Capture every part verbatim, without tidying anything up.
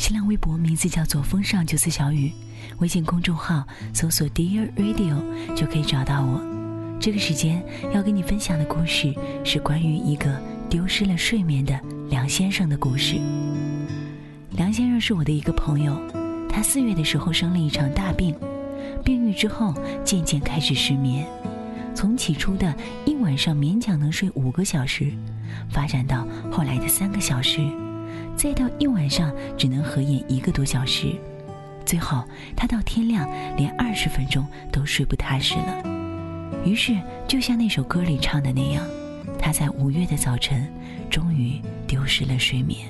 新浪微博名字叫做风尚九四小雨，微信公众号搜索 Dear Radio 就可以找到我。这个时间要跟你分享的故事是关于一个丢失了睡眠的梁先生的故事。梁先生是我的一个朋友，他四月的时候生了一场大病，病愈之后渐渐开始失眠，从起初的一晚上勉强能睡五个小时，发展到后来的三个小时，再到一晚上只能合眼一个多小时，最后他到天亮连二十分钟都睡不踏实了。于是就像那首歌里唱的那样，他在五月的早晨终于丢失了睡眠。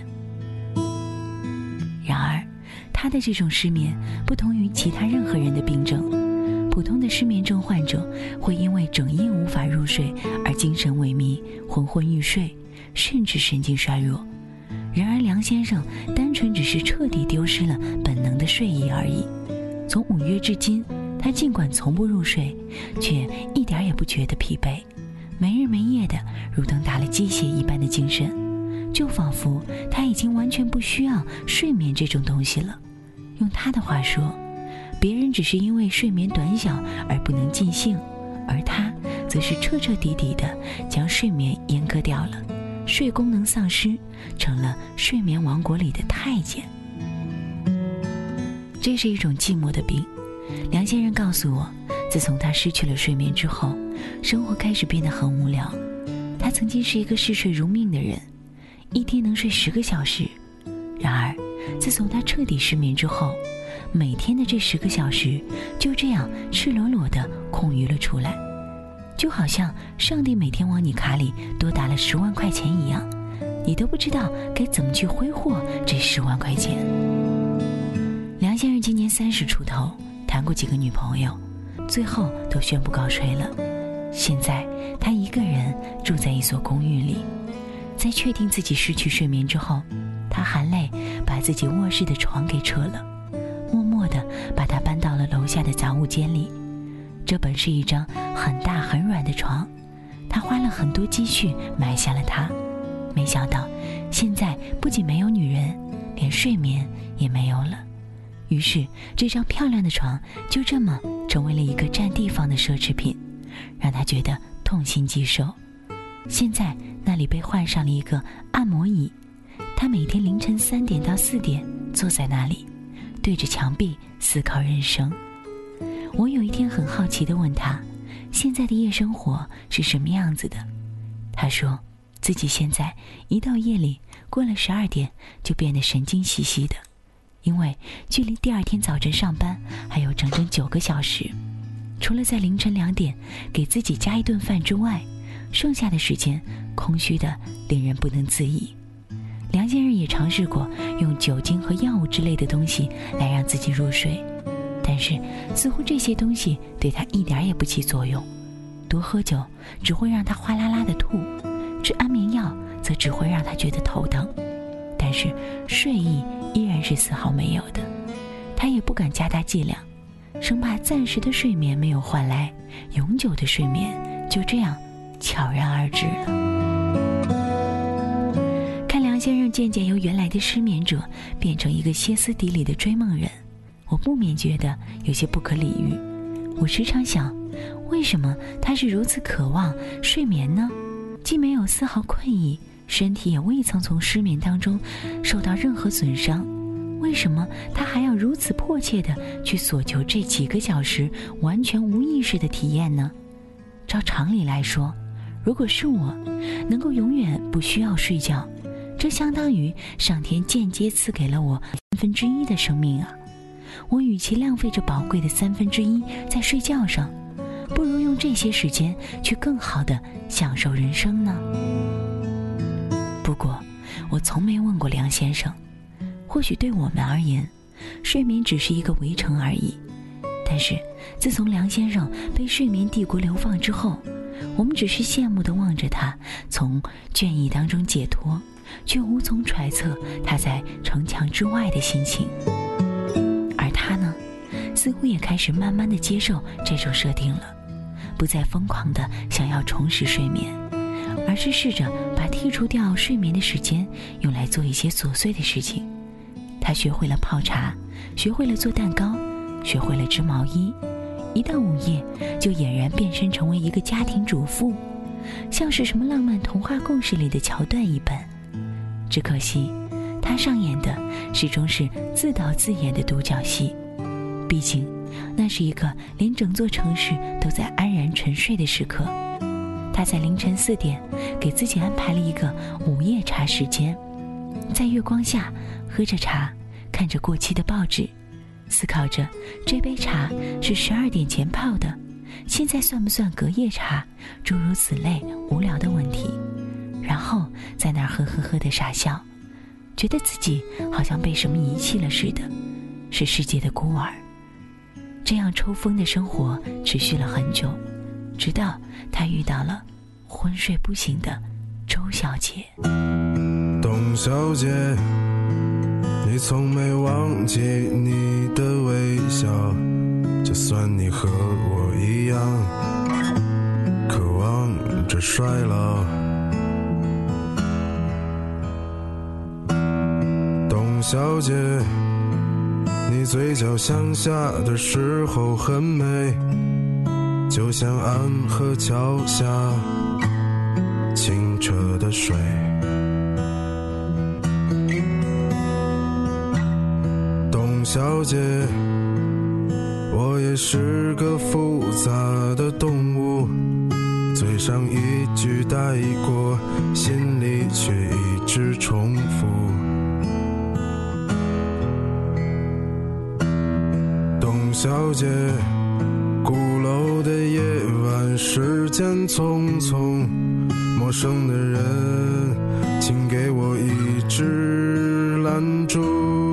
然而他的这种失眠不同于其他任何人的病症，普通的失眠症患者会因为整夜无法入睡而精神萎靡、昏昏欲睡，甚至神经衰弱。然而梁先生单纯只是彻底丢失了本能的睡意而已。从五月至今，他尽管从不入睡，却一点也不觉得疲惫，没日没夜的如同打了鸡血一般的精神，就仿佛他已经完全不需要睡眠这种东西了。用他的话说，别人只是因为睡眠短小而不能尽兴，而他则是彻彻底底的将睡眠阉割掉了，睡功能丧失，成了睡眠王国里的太监。这是一种寂寞的病。梁先生告诉我，自从他失去了睡眠之后，生活开始变得很无聊。他曾经是一个嗜睡如命的人，一天能睡十个小时。然而自从他彻底失眠之后，每天的这十个小时就这样赤裸裸地空余了出来，就好像上帝每天往你卡里多打了十万块钱一样，你都不知道该怎么去挥霍这十万块钱。梁先生今年三十出头，谈过几个女朋友，最后都宣布告吹了。现在他一个人住在一所公寓里，在确定自己失去睡眠之后，他含泪把自己卧室的床给撤了，默默地把它搬到了楼下的杂物间里。这本是一张很大很软的床，他花了很多积蓄买下了它，没想到现在不仅没有女人，连睡眠也没有了。于是这张漂亮的床就这么成为了一个占地方的奢侈品，让他觉得痛心疾首。现在那里被换上了一个按摩椅，他每天凌晨三点到四点坐在那里，对着墙壁思考人生。我有一天很好奇地问他，现在的夜生活是什么样子的？他说自己现在一到夜里过了十二点就变得神经兮兮的，因为距离第二天早晨上班还有整整九个小时，除了在凌晨两点给自己加一顿饭之外，剩下的时间空虚的令人不能自已。梁先生也尝试过用酒精和药物之类的东西来让自己入睡，但是似乎这些东西对他一点也不起作用。多喝酒只会让他哗啦啦的吐，吃安眠药则只会让他觉得头疼，但是睡意依然是丝毫没有的。他也不敢加大剂量，生怕暂时的睡眠没有换来，永久的睡眠就这样悄然而至了。看梁先生渐渐由原来的失眠者变成一个歇斯底里的追梦人，我不免觉得有些不可理喻。我时常想，为什么他是如此渴望睡眠呢？既没有丝毫困意，身体也未曾从失眠当中受到任何损伤，为什么他还要如此迫切地去索求这几个小时完全无意识的体验呢？照常理来说，如果是我能够永远不需要睡觉，这相当于上天间接赐给了我三分之一的生命啊！我与其浪费这宝贵的三分之一在睡觉上，不如用这些时间去更好地享受人生呢。不过我从没问过梁先生，或许对我们而言，睡眠只是一个围城而已，但是自从梁先生被睡眠帝国流放之后，我们只是羡慕地望着他从倦意当中解脱，却无从揣测他在城墙之外的心情。而他呢，似乎也开始慢慢地接受这种设定了，不再疯狂地想要重拾睡眠，而是试着把剔除掉睡眠的时间用来做一些琐碎的事情。 她学会了泡茶，学会了做蛋糕，学会了织毛衣，一到午夜就俨然变身成为一个家庭主妇，像是什么浪漫童话故事里的桥段一般。只可惜她上演的始终是自导自演的独角戏，毕竟那是一个连整座城市都在安然沉睡的时刻。她在凌晨四点给自己安排了一个午夜茶时间，在月光下喝着茶，看着过期的报纸，思考着这杯茶是十二点前泡的，现在算不算隔夜茶，诸如此类无聊的问题，然后在那儿呵呵呵地傻笑，觉得自己好像被什么遗弃了似的，是世界的孤儿。这样抽风的生活持续了很久，直到他遇到了昏睡不醒的周小姐。 董小姐，你从没忘记你的微笑，就算你和我一样渴望着衰老。董小姐，你嘴角向下的时候很美，就像安河桥下清澈的水。董小姐，我也是个复杂的动物，嘴上一句带过，心里却一直重复。董小姐，鼓楼的夜晚，时间匆匆，陌生的人，请给我一支蜡烛。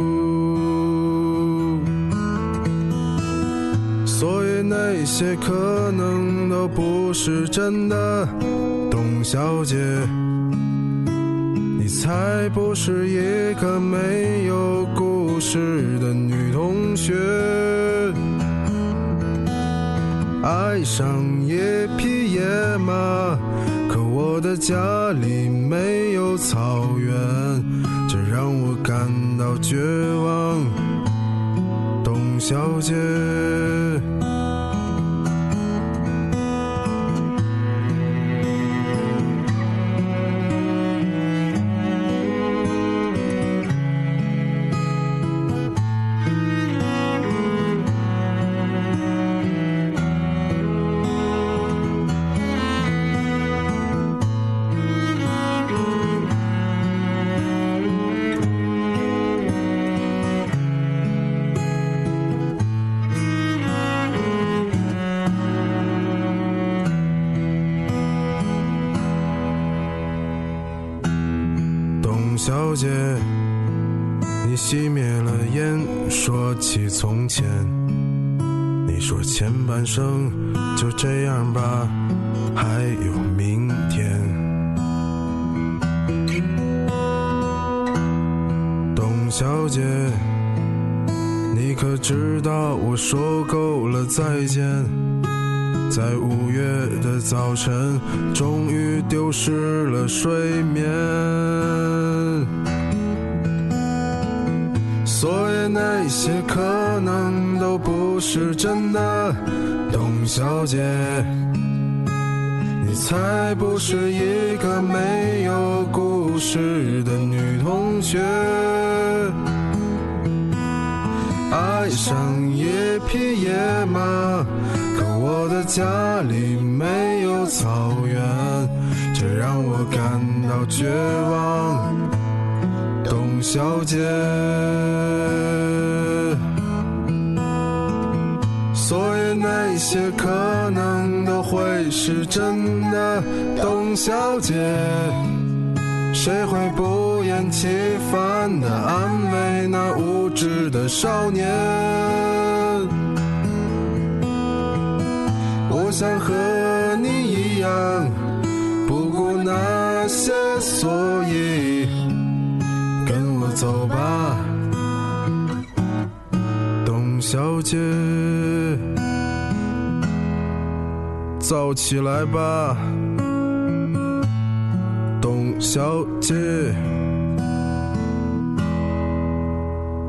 所以那些可能都不是真的，董小姐，你才不是一个没有故事的女同学。爱上一匹野马，可我的家里没有草原，这让我感到绝望。董小姐，小姐，你熄灭了烟，说起从前，你说前半生就这样吧，还有明天。董小姐，你可知道我说够了再见，在五月的早晨，终于丢失了睡眠。所以那些可能都不是真的，董小姐，你才不是一个没有故事的女同学。爱上一匹野马，可我的家里没有草原，这让我感到绝望。董小姐，所以那些可能都会是真的，董小姐，谁会不厌其烦地安慰那无知的少年？我想和你一样，不顾那些所以，跟我走吧，董小姐，燥起来吧，董小姐。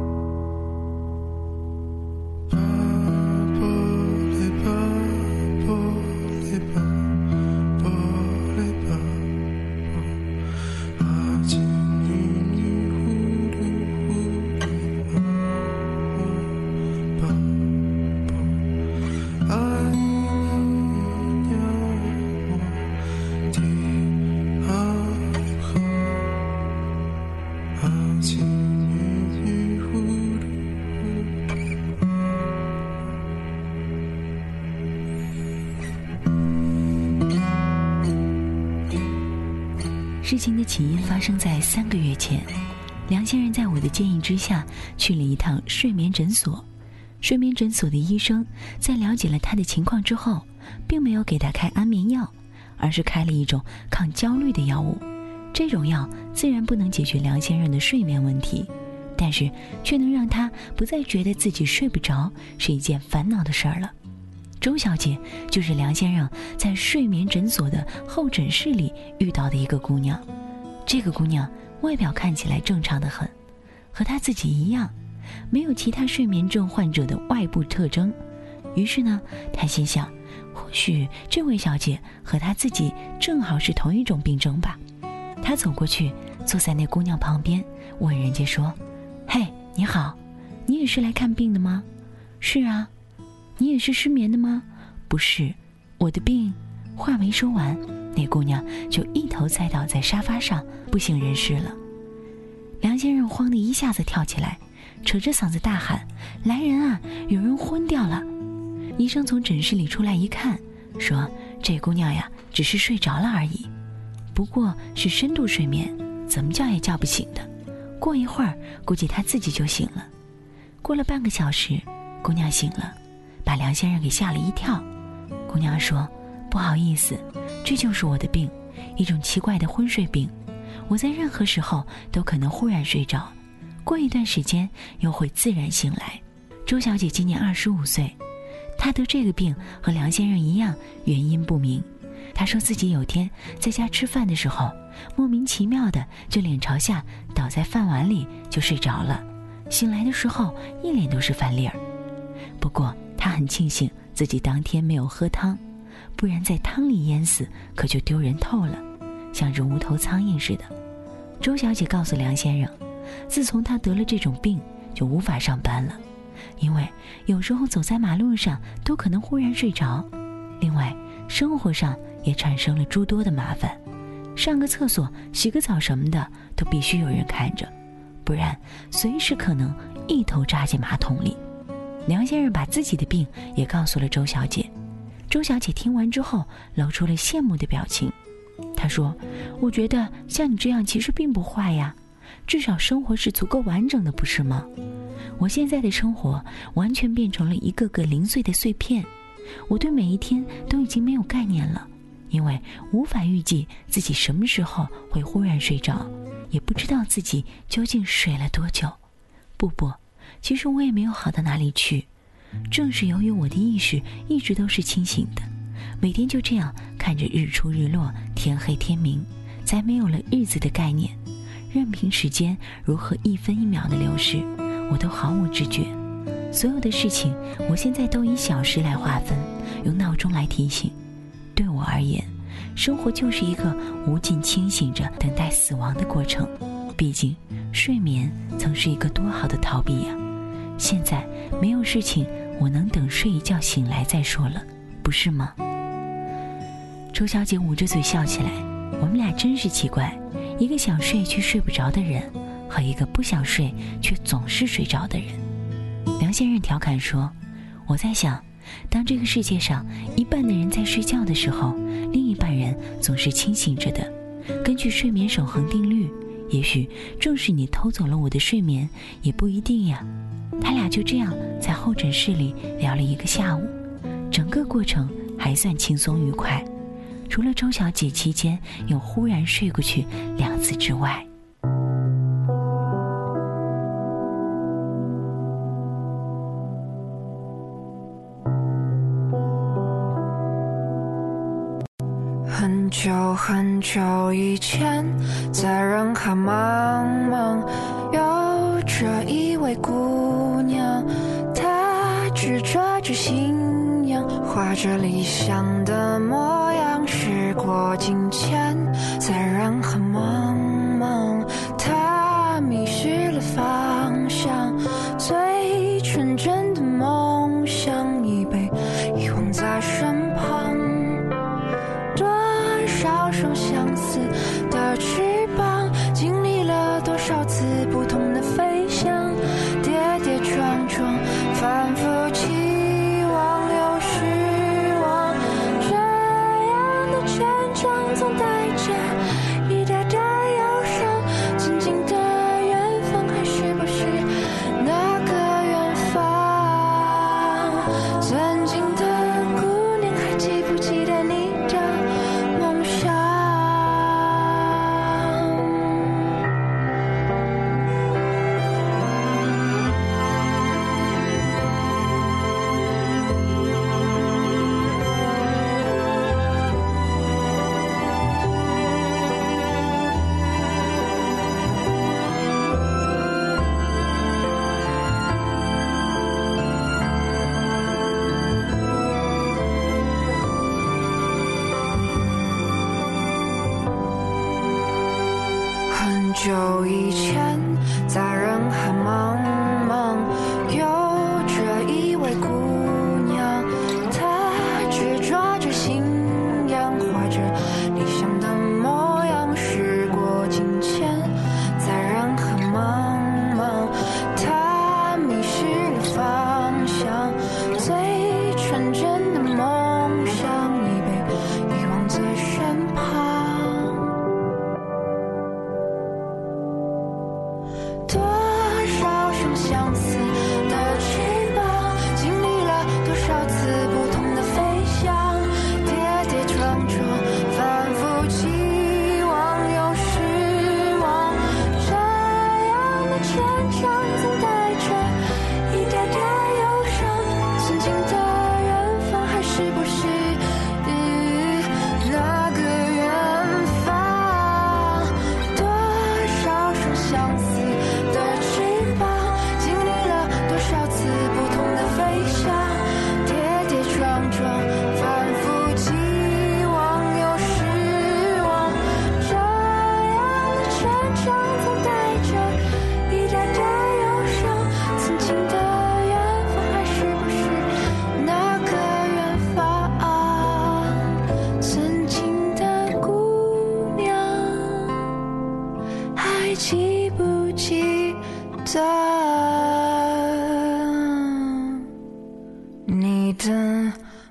事情的起因发生在三个月前，梁先生在我的建议之下去了一趟睡眠诊所。睡眠诊所的医生在了解了他的情况之后，并没有给他开安眠药，而是开了一种抗焦虑的药物。这种药自然不能解决梁先生的睡眠问题，但是却能让他不再觉得自己睡不着是一件烦恼的事儿了。周小姐就是梁先生在睡眠诊所的候诊室里遇到的一个姑娘。这个姑娘外表看起来正常得很，和她自己一样，没有其他睡眠症患者的外部特征。于是呢，她心想，或许这位小姐和她自己正好是同一种病症吧。她走过去，坐在那姑娘旁边，问人家说：“嘿，你好，你也是来看病的吗？”“是啊。”“你也是失眠的吗？”“不是，我的病……”话没说完，那姑娘就一头栽倒在沙发上，不省人事了。梁先生慌得一下子跳起来，扯着嗓子大喊：“来人啊，有人昏掉了！”医生从诊室里出来一看，说：“这姑娘呀，只是睡着了而已，不过是深度睡眠，怎么叫也叫不醒的。过一会儿，估计她自己就醒了。”过了半个小时，姑娘醒了，把梁先生给吓了一跳。姑娘说：“不好意思，这就是我的病，一种奇怪的昏睡病。我在任何时候都可能忽然睡着，过一段时间又会自然醒来。”周小姐今年二十五岁，她得这个病和梁先生一样，原因不明。她说自己有天在家吃饭的时候，莫名其妙的就脸朝下倒在饭碗里就睡着了，醒来的时候一脸都是饭粒儿。不过她很庆幸自己当天没有喝汤，不然在汤里淹死可就丢人透了，像只无头苍蝇似的。周小姐告诉梁先生，自从她得了这种病就无法上班了，因为有时候走在马路上都可能忽然睡着，另外生活上也产生了诸多的麻烦，上个厕所洗个澡什么的都必须有人看着，不然随时可能一头扎进马桶里。梁先生把自己的病也告诉了周小姐，周小姐听完之后露出了羡慕的表情。她说：“我觉得像你这样其实并不坏呀，至少生活是足够完整的，不是吗？我现在的生活完全变成了一个个零碎的碎片，我对每一天都已经没有概念了，因为无法预计自己什么时候会忽然睡着，也不知道自己究竟睡了多久。不不，其实我也没有好到哪里去，正是由于我的意识一直都是清醒的，每天就这样看着日出日落，天黑天明，才没有了日子的概念，任凭时间如何一分一秒的流逝，我都毫无知觉。所有的事情我现在都以小时来划分，用闹钟来提醒。对我而言，生活就是一个无尽清醒着等待死亡的过程，毕竟睡眠曾是一个多好的逃避呀。现在没有事情我能等睡一觉醒来再说了，不是吗？周小姐捂着嘴笑起来，我们俩真是奇怪，一个想睡却睡不着的人，和一个不想睡却总是睡着的人。梁先生调侃说：“我在想，当这个世界上一半的人在睡觉的时候，另一半人总是清醒着的。根据睡眠守恒定律，也许正是你偷走了我的睡眠，也不一定呀。”他俩就这样在候诊室里聊了一个下午，整个过程还算轻松愉快，除了周小姐期间有忽然睡过去两次之外。 很久很久以前，在人海茫茫，有着一位姑娘，她执着着信仰，画着理想的模样。时过境迁，在人海茫茫，她迷失了方向，最纯真的梦想已被遗忘在身旁。多少双相似的翅膀，经历了多少次不同的飞翔，跌跌撞撞，反复期望又失望，这样的成长总带着一点点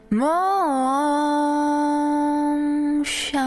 梦想。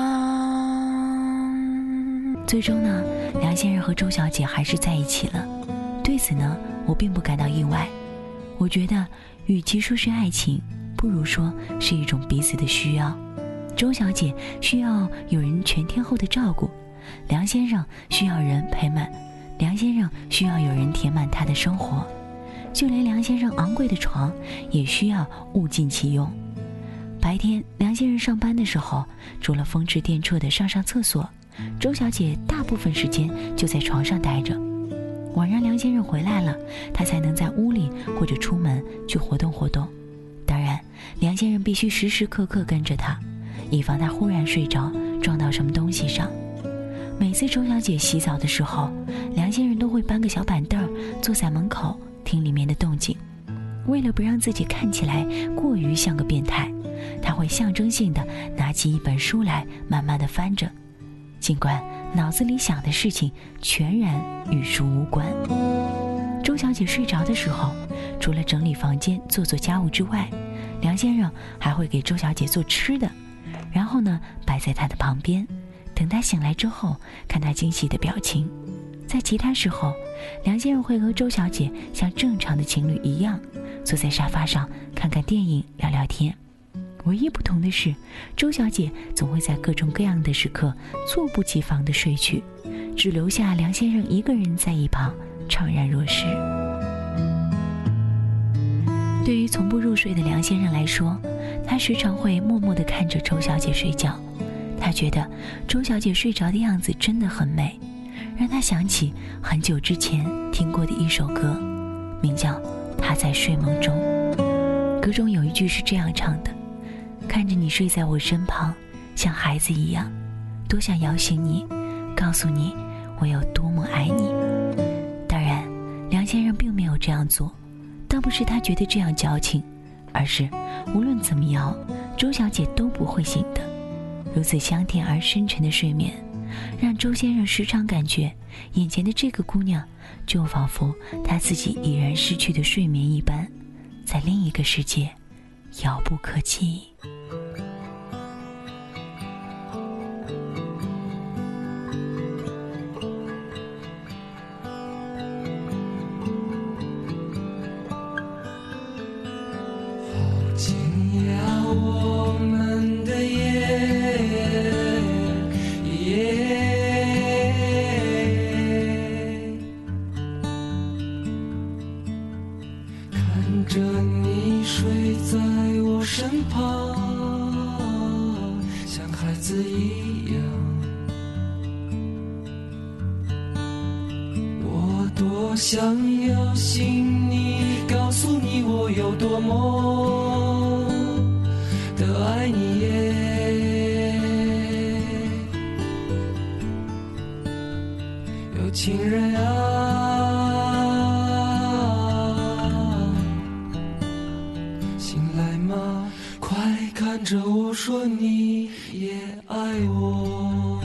最终呢，梁先生和周小姐还是在一起了。对此呢，我并不感到意外。我觉得与其说是爱情，不如说是一种彼此的需要。周小姐需要有人全天候的照顾，梁先生需要人陪伴，梁先生需要有人填满他的生活。就连梁先生昂贵的床也需要物尽其用。白天梁先生上班的时候，除了风驰电掣的上上厕所，周小姐大部分时间就在床上待着。晚上梁先生回来了，她才能在屋里或者出门去活动活动。当然，梁先生必须时时刻刻跟着她，以防她忽然睡着撞到什么东西上。每次周小姐洗澡的时候，梁先生都会搬个小板凳坐在门口听里面的动静。为了不让自己看起来过于像个变态，他会象征性的拿起一本书来慢慢的翻着，尽管脑子里想的事情全然与书无关。周小姐睡着的时候，除了整理房间做做家务之外，梁先生还会给周小姐做吃的，然后呢摆在她的旁边，等她醒来之后看她惊喜的表情。在其他时候，梁先生会和周小姐像正常的情侣一样，坐在沙发上看看电影聊聊天。唯一不同的是，周小姐总会在各种各样的时刻猝不及防地睡去，只留下梁先生一个人在一旁怅然若失。对于从不入睡的梁先生来说，他时常会默默地看着周小姐睡觉。他觉得周小姐睡着的样子真的很美，让他想起很久之前听过的一首歌，名叫《她在睡梦中》。歌中有一句是这样唱的：看着你睡在我身旁，像孩子一样，多想摇醒你，告诉你我有多么爱你。当然，梁先生并没有这样做，倒不是他觉得这样矫情，而是无论怎么摇，周小姐都不会醒的。如此香甜而深沉的睡眠，让周先生时常感觉眼前的这个姑娘就仿佛他自己已然失去的睡眠一般，在另一个世界遥不可及。 着你睡在我身旁，像孩子一样。我多想要醒你，告诉你我有多么的爱你耶。有情人啊，看着我说你也爱我。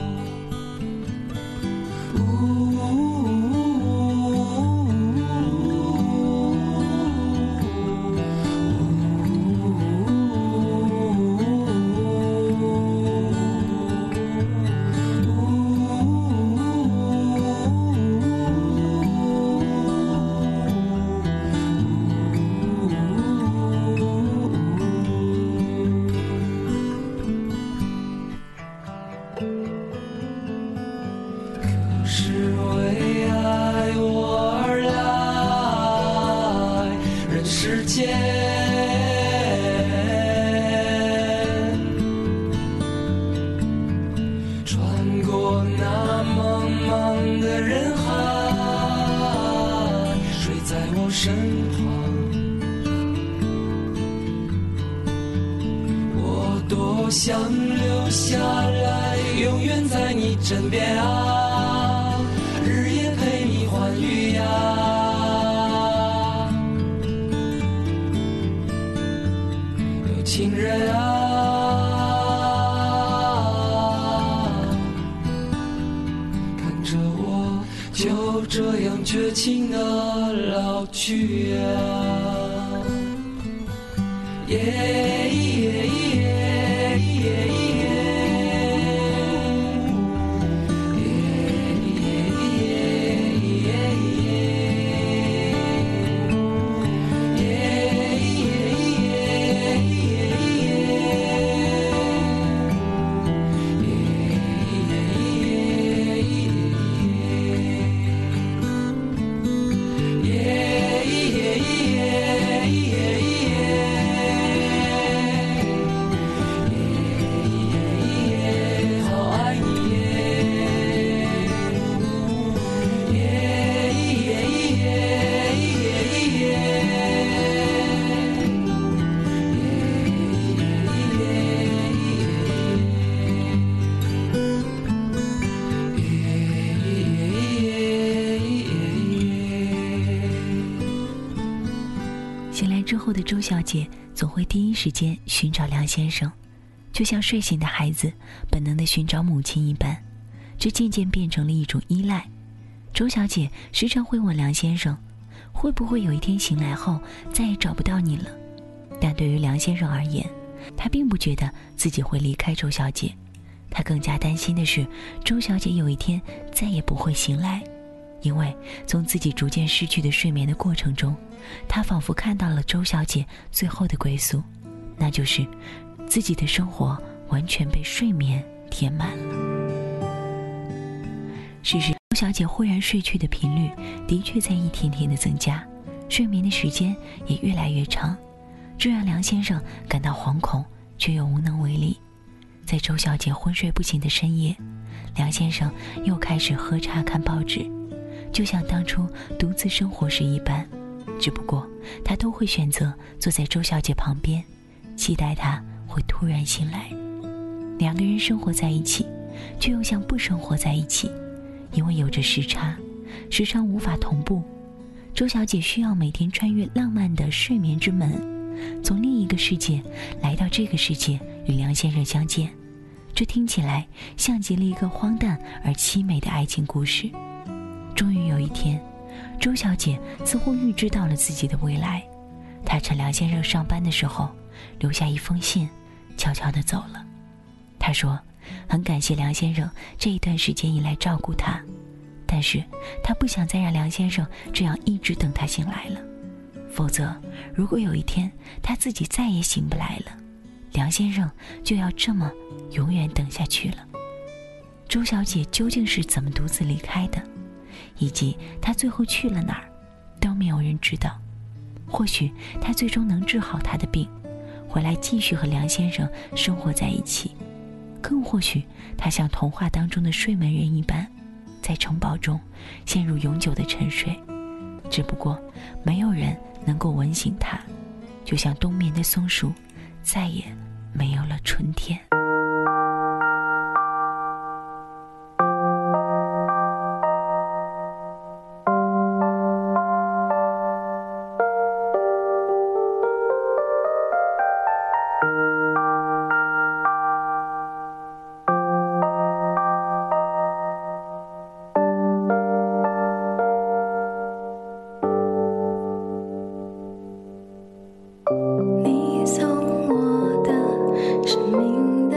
身旁，我多想留下来，永远在你枕边啊，日夜陪你欢愉呀。有情人啊，看着我就这样绝情的老去呀， 醒来之后的周小姐总会第一时间寻找梁先生，就像睡醒的孩子本能地寻找母亲一般，这渐渐变成了一种依赖。周小姐时常会问梁先生，会不会有一天醒来后再也找不到你了？但对于梁先生而言，他并不觉得自己会离开周小姐，他更加担心的是周小姐有一天再也不会醒来。因为从自己逐渐失去的睡眠的过程中，他仿佛看到了周小姐最后的归宿，那就是自己的生活完全被睡眠填满了。事实，周小姐忽然睡去的频率的确在一天天的增加，睡眠的时间也越来越长，这让梁先生感到惶恐，却又无能为力。在周小姐昏睡不醒的深夜，梁先生又开始喝茶看报纸，就像当初独自生活时一般，只不过他都会选择坐在周小姐旁边，期待她会突然醒来。两个人生活在一起，却又像不生活在一起，因为有着时差，时常无法同步。周小姐需要每天穿越浪漫的睡眠之门，从另一个世界来到这个世界与梁先生相见。这听起来像极了一个荒诞而凄美的爱情故事。终于有一天，周小姐似乎预知到了自己的未来，她趁梁先生上班的时候留下一封信，悄悄地走了。她说很感谢梁先生这一段时间以来照顾她，但是她不想再让梁先生这样一直等她醒来了，否则如果有一天她自己再也醒不来了，梁先生就要这么永远等下去了。周小姐究竟是怎么独自离开的，以及她最后去了哪儿，都没有人知道。或许她最终能治好她的病，回来继续和梁先生生活在一起，更或许她像童话当中的睡美人一般，在城堡中陷入永久的沉睡，只不过没有人能够吻醒她，就像冬眠的松树再也没有了春天。 你送我的生命的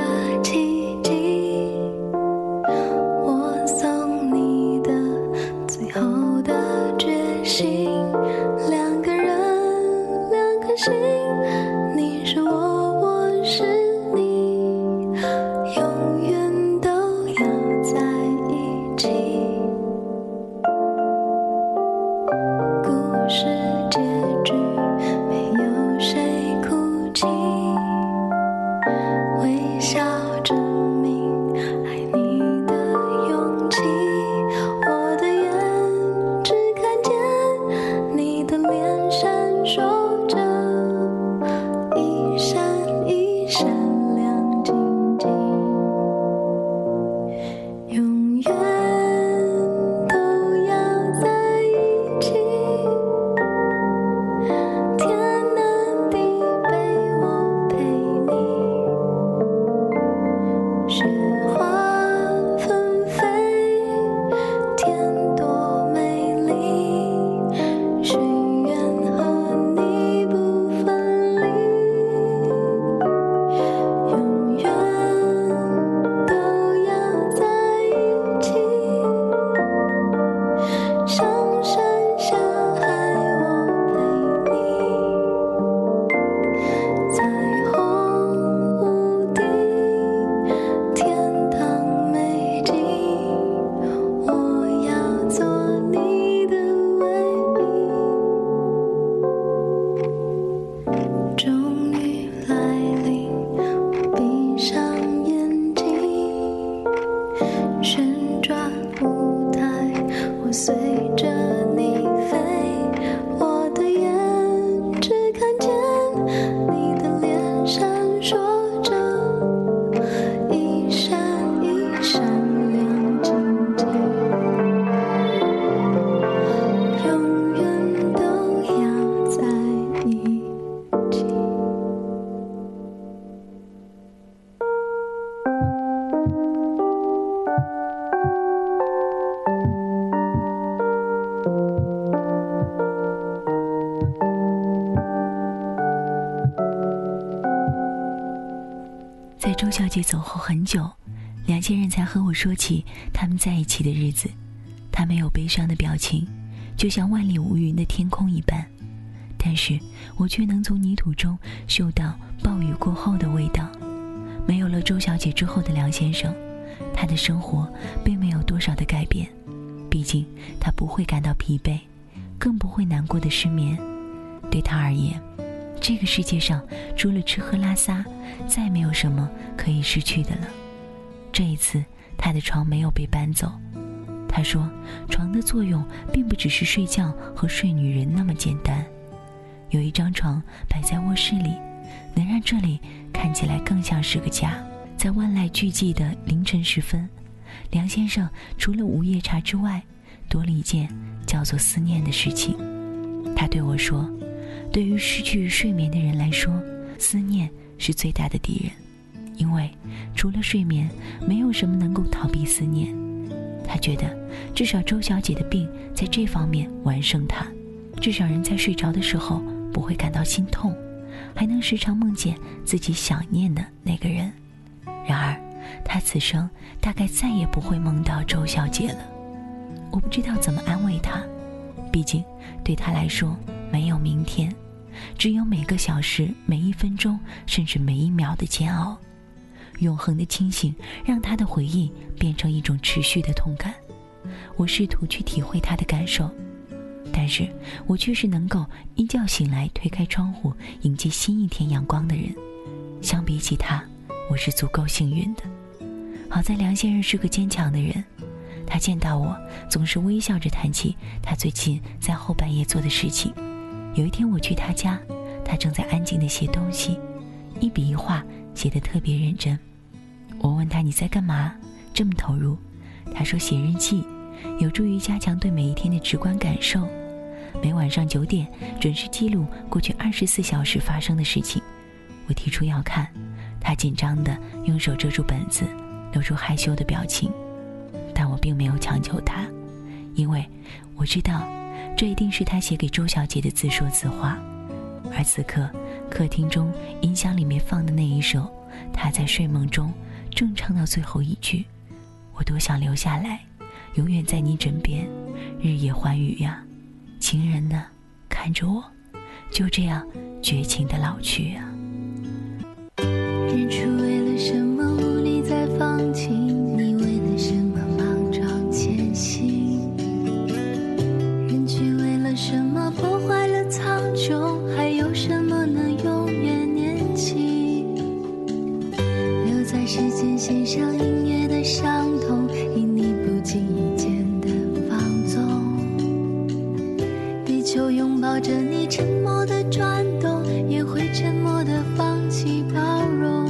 在周小姐走后很久，梁先生才和我说起他们在一起的日子。他没有悲伤的表情，就像万里无云的天空一般，但是我却能从泥土中嗅到暴雨过后的味道。没有了周小姐之后的梁先生，他的生活并没有多少的改变，毕竟他不会感到疲惫，更不会难过的失眠。对他而言，这个世界上除了吃喝拉撒，再没有什么可以失去的了。这一次他的床没有被搬走，他说床的作用并不只是睡觉和睡女人那么简单，有一张床摆在卧室里，能让这里看起来更像是个家。在万籁俱寂的凌晨时分，梁先生除了午夜茶之外，多了一件叫做思念的事情。他对我说，对于失去睡眠的人来说，思念是最大的敌人，因为除了睡眠，没有什么能够逃避思念。他觉得至少周小姐的病在这方面完胜他，至少人在睡着的时候不会感到心痛，还能时常梦见自己想念的那个人。然而他此生大概再也不会梦到周小姐了。我不知道怎么安慰他，毕竟对他来说没有明天，只有每个小时、每一分钟，甚至每一秒的煎熬。永恒的清醒让他的回忆变成一种持续的痛感。我试图去体会他的感受，但是我却是能够一觉醒来推开窗户迎接新一天阳光的人。相比起他，我是足够幸运的。好在梁先生是个坚强的人，他见到我总是微笑着谈起他最近在后半夜做的事情。有一天我去他家，他正在安静地写东西，一笔一画写得特别认真。我问他，你在干嘛这么投入？他说写日记有助于加强对每一天的直观感受，每晚上九点准时记录过去二十四小时发生的事情。我提出要看，他紧张地用手遮住本子，露出害羞的表情，但我并没有强求他，因为我知道这一定是他写给周小姐的自说自话。而此刻客厅中音箱里面放的那一首他在睡梦中正唱到最后一句，我多想留下来，永远在你枕边，日夜欢愉呀，情人呢，看着我，就这样绝情的老去啊。 日出为了什么无力再放弃，你为了什么莽撞前行，人群为了什么破坏了苍穹，还有什么能永远年轻，留在时间线上音乐的伤痛，因你不经意间的放纵，地球拥抱着你沉默的转动，也会沉默的放弃包容。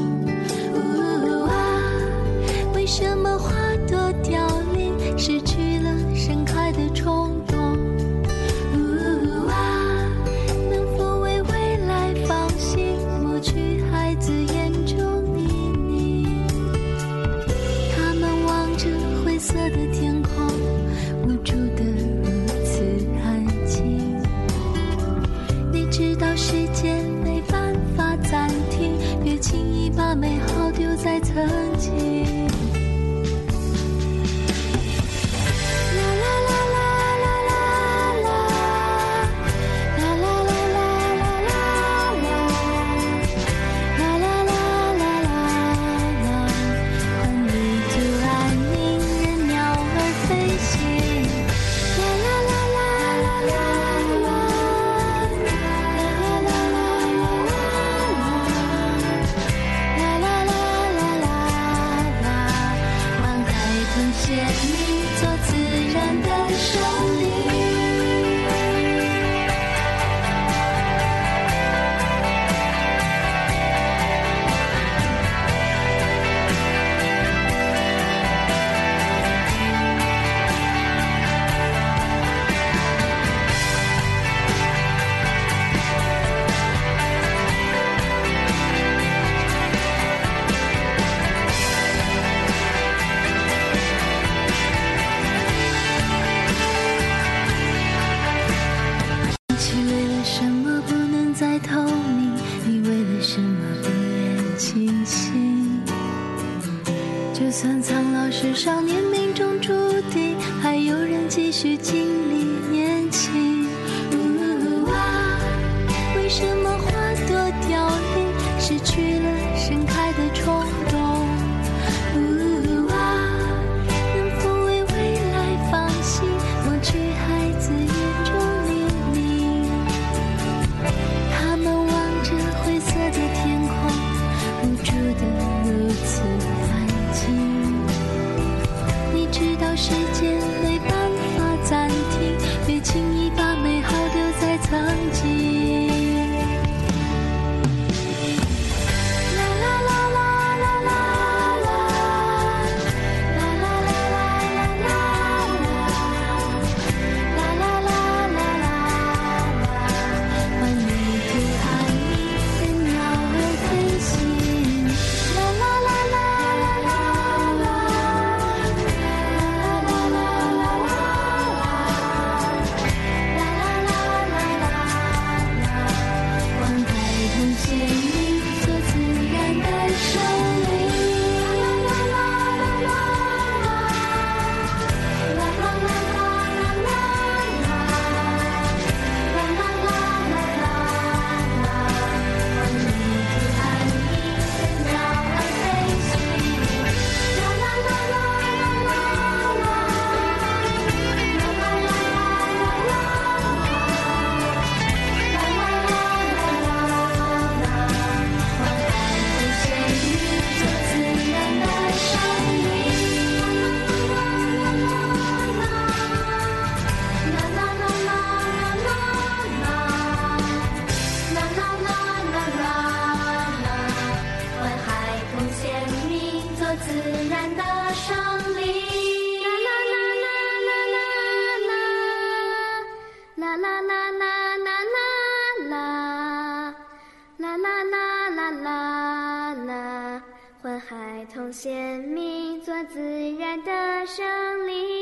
为什么花朵凋零，失去了盛开的冲动？呜啊，能否为未来放心，抹去孩子眼中泥泞？他们望着灰色的天空，无助的如此安静。你知道时间没办法暂停，别轻易把美好丢在曾经。啦什么花朵凋零，失去了盛开的冲动？呜啊，能否为未来放心，抹去孩子眼中年龄？他们望着灰色的天空，无助的如此安静。你知道时间没办法暂停，别轻易把美好丢在曾经。 还同鲜明做自然的胜利。